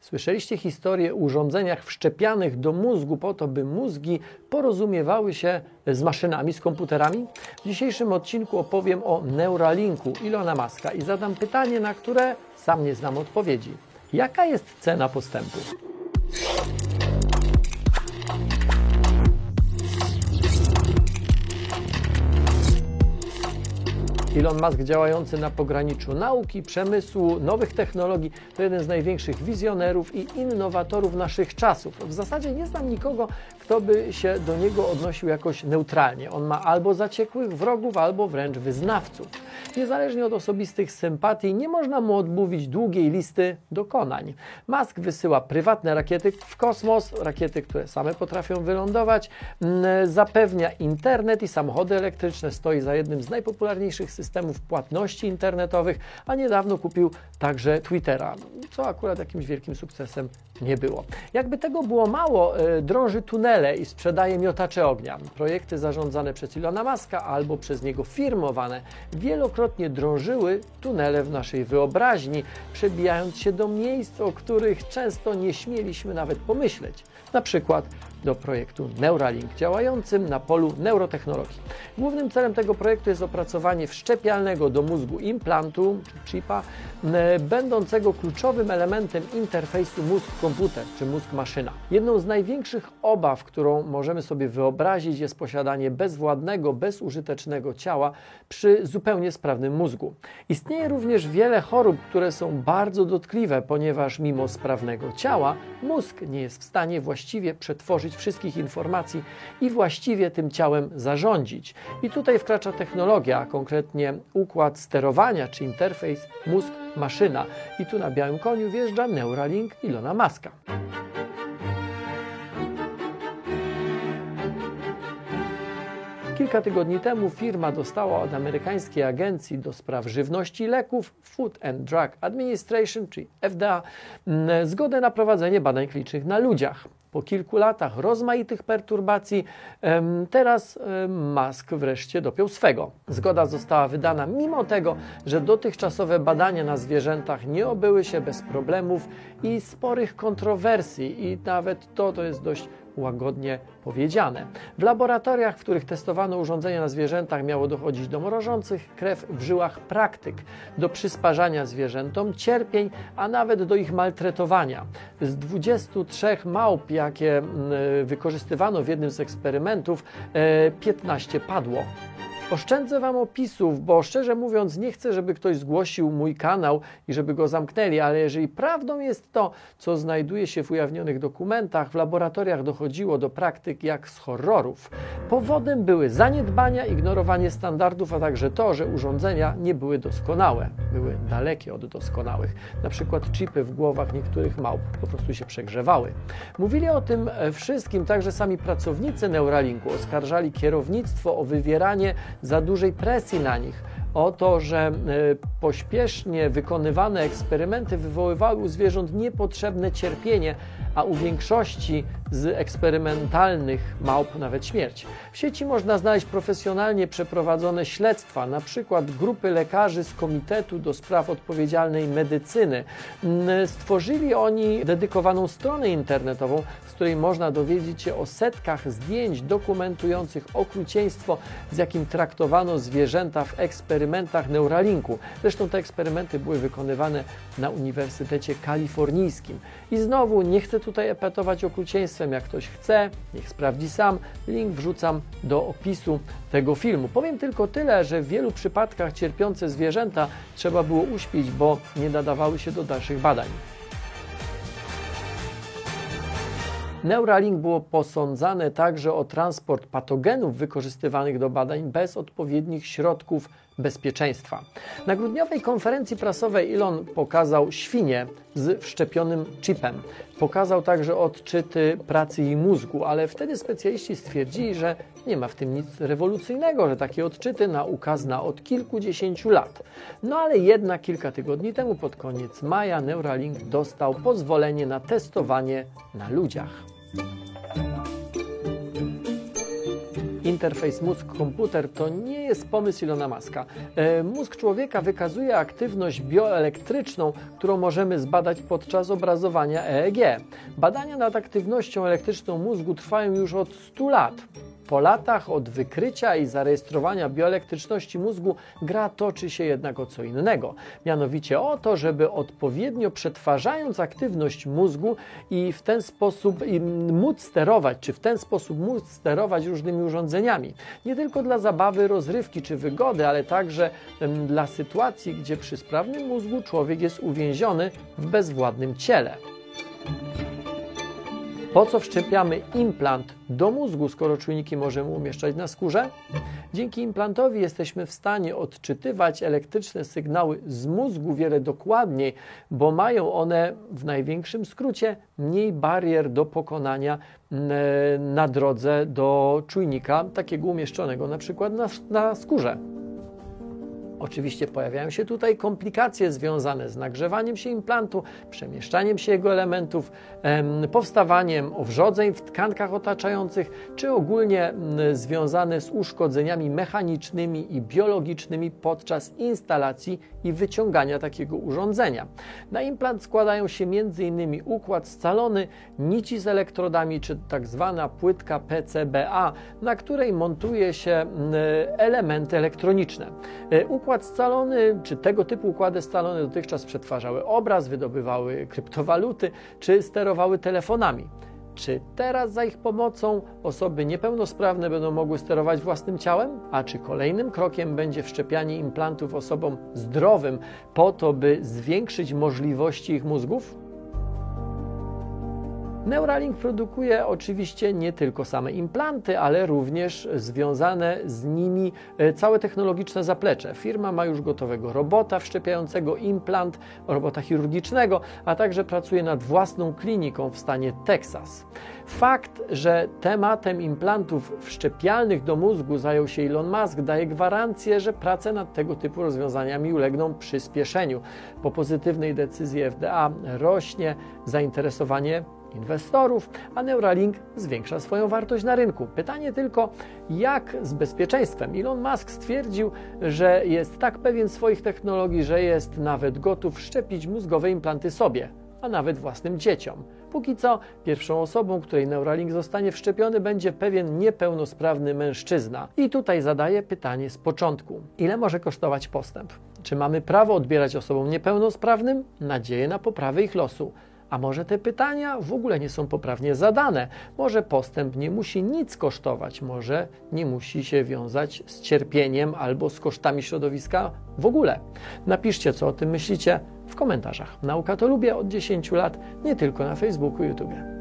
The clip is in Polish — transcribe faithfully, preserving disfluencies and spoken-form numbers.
Słyszeliście historię o urządzeniach wszczepianych do mózgu po to, by mózgi porozumiewały się z maszynami, z komputerami? W dzisiejszym odcinku opowiem o Neuralinku Elona Muska i zadam pytanie, na które sam nie znam odpowiedzi. Jaka jest cena postępu? Elon Musk, działający na pograniczu nauki, przemysłu, nowych technologii, to jeden z największych wizjonerów i innowatorów naszych czasów. W zasadzie nie znam nikogo, kto by się do niego odnosił jakoś neutralnie. On ma albo zaciekłych wrogów, albo wręcz wyznawców. Niezależnie od osobistych sympatii, nie można mu odmówić długiej listy dokonań. Musk wysyła prywatne rakiety w kosmos, rakiety, które same potrafią wylądować, zapewnia internet i samochody elektryczne, stoi za jednym z najpopularniejszych systemów płatności internetowych, a niedawno kupił także Twittera, co akurat jakimś wielkim sukcesem nie było. Jakby tego było mało, drąży tunele i sprzedaje miotacze ognia. Projekty zarządzane przez Elona Muska albo przez niego firmowane wielokrotnie drążyły tunele w naszej wyobraźni, przebijając się do miejsc, o których często nie śmieliśmy nawet pomyśleć. Na przykład do projektu Neuralink, działającym na polu neurotechnologii. Głównym celem tego projektu jest opracowanie wszczepialnego do mózgu implantu, czy chipa, będącego kluczowym elementem interfejsu mózg-komputer, czy mózg-maszyna. Jedną z największych obaw, którą możemy sobie wyobrazić, jest posiadanie bezwładnego, bezużytecznego ciała przy zupełnie sprawnym mózgu. Istnieje również wiele chorób, które są bardzo dotkliwe, ponieważ mimo sprawnego ciała mózg nie jest w stanie właściwie przetworzyć wszystkich informacji i właściwie tym ciałem zarządzić. I tutaj wkracza technologia, a konkretnie układ sterowania czy interfejs mózg-maszyna. I tu na białym koniu wjeżdża Neuralink Elona Muska. Kilka tygodni temu firma dostała od amerykańskiej agencji do spraw żywności i leków Food and Drug Administration, czyli F D A, zgodę na prowadzenie badań klinicznych na ludziach. Po kilku latach rozmaitych perturbacji teraz Musk wreszcie dopiął swego. Zgoda została wydana mimo tego, że dotychczasowe badania na zwierzętach nie obyły się bez problemów i sporych kontrowersji i nawet to, to jest dość łagodnie powiedziane. W laboratoriach, w których testowano urządzenia na zwierzętach, miało dochodzić do mrożących krew w żyłach praktyk, do przysparzania zwierzętom cierpień, a nawet do ich maltretowania. Z dwudziestu trzech małp, jakie wykorzystywano w jednym z eksperymentów, piętnaście padło. Oszczędzę Wam opisów, bo szczerze mówiąc nie chcę, żeby ktoś zgłosił mój kanał i żeby go zamknęli, ale jeżeli prawdą jest to, co znajduje się w ujawnionych dokumentach, w laboratoriach dochodziło do praktyk jak z horrorów. Powodem były zaniedbania, ignorowanie standardów, a także to, że urządzenia nie były doskonałe, były dalekie od doskonałych. Na przykład chipy w głowach niektórych małp po prostu się przegrzewały. Mówili o tym wszystkim także sami pracownicy Neuralinku, oskarżali kierownictwo o wywieranie za dużej presji na nich, o to, że y, pośpiesznie wykonywane eksperymenty wywoływały u zwierząt niepotrzebne cierpienie, a u większości z eksperymentalnych małp nawet śmierć. W sieci można znaleźć profesjonalnie przeprowadzone śledztwa, na przykład grupy lekarzy z Komitetu do Spraw Odpowiedzialnej Medycyny. Stworzyli oni dedykowaną stronę internetową, z której można dowiedzieć się o setkach zdjęć dokumentujących okrucieństwo, z jakim traktowano zwierzęta w eksperymentach Neuralinku. Zresztą te eksperymenty były wykonywane na Uniwersytecie Kalifornijskim. I znowu nie chcę tutaj epatować okrucieństwem. Jak ktoś chce, niech sprawdzi sam. Link wrzucam do opisu tego filmu. Powiem tylko tyle, że w wielu przypadkach cierpiące zwierzęta trzeba było uśpić, bo nie nadawały się do dalszych badań. Neuralink było posądzane także o transport patogenów wykorzystywanych do badań bez odpowiednich środków bezpieczeństwa. Na grudniowej konferencji prasowej Elon pokazał świnię z wszczepionym chipem. Pokazał także odczyty pracy jej mózgu, ale wtedy specjaliści stwierdzili, że nie ma w tym nic rewolucyjnego, że takie odczyty nauka zna od kilkudziesięciu lat. No ale jednak kilka tygodni temu, pod koniec maja, Neuralink dostał pozwolenie na testowanie na ludziach. Interfejs mózg-komputer to nie jest pomysł Ilona Muska. Mózg człowieka wykazuje aktywność bioelektryczną, którą możemy zbadać podczas obrazowania E E G. Badania nad aktywnością elektryczną mózgu trwają już od stu lat. Po latach od wykrycia i zarejestrowania bioelektryczności mózgu gra toczy się jednak o co innego. Mianowicie o to, żeby odpowiednio przetwarzając aktywność mózgu i w ten sposób i móc sterować, czy w ten sposób móc sterować różnymi urządzeniami. Nie tylko dla zabawy, rozrywki czy wygody, ale także em, dla sytuacji, gdzie przy sprawnym mózgu człowiek jest uwięziony w bezwładnym ciele. Po co wszczepiamy implant do mózgu, skoro czujniki możemy umieszczać na skórze? Dzięki implantowi jesteśmy w stanie odczytywać elektryczne sygnały z mózgu wiele dokładniej, bo mają one w największym skrócie mniej barier do pokonania na drodze do czujnika takiego umieszczonego na przykład na, na skórze. Oczywiście pojawiają się tutaj komplikacje związane z nagrzewaniem się implantu, przemieszczaniem się jego elementów, em, powstawaniem owrzodzeń w tkankach otaczających, czy ogólnie m, związane z uszkodzeniami mechanicznymi i biologicznymi podczas instalacji i wyciągania takiego urządzenia. Na implant składają się między innymi układ scalony, nici z elektrodami, czy tak zwana płytka P C B A, na której montuje się m, elementy elektroniczne. Układ Układ scalony, czy tego typu układy scalone dotychczas przetwarzały obraz, wydobywały kryptowaluty, czy sterowały telefonami. Czy teraz za ich pomocą osoby niepełnosprawne będą mogły sterować własnym ciałem? A czy kolejnym krokiem będzie wszczepianie implantów osobom zdrowym po to, by zwiększyć możliwości ich mózgów? Neuralink produkuje oczywiście nie tylko same implanty, ale również związane z nimi całe technologiczne zaplecze. Firma ma już gotowego robota wszczepiającego implant, robota chirurgicznego, a także pracuje nad własną kliniką w stanie Teksas. Fakt, że tematem implantów wszczepialnych do mózgu zajął się Elon Musk, daje gwarancję, że prace nad tego typu rozwiązaniami ulegną przyspieszeniu. Po pozytywnej decyzji F D A rośnie zainteresowanie inwestorów, a Neuralink zwiększa swoją wartość na rynku. Pytanie tylko, jak z bezpieczeństwem? Elon Musk stwierdził, że jest tak pewien swoich technologii, że jest nawet gotów wszczepić mózgowe implanty sobie, a nawet własnym dzieciom. Póki co pierwszą osobą, której Neuralink zostanie wszczepiony, będzie pewien niepełnosprawny mężczyzna. I tutaj zadaję pytanie z początku. Ile może kosztować postęp? Czy mamy prawo odbierać osobom niepełnosprawnym nadzieję na poprawę ich losu? A może te pytania w ogóle nie są poprawnie zadane? Może postęp nie musi nic kosztować, może nie musi się wiązać z cierpieniem albo z kosztami środowiska w ogóle. Napiszcie, co o tym myślicie w komentarzach. Nauka to lubię od dziesięciu lat, nie tylko na Facebooku i YouTubie.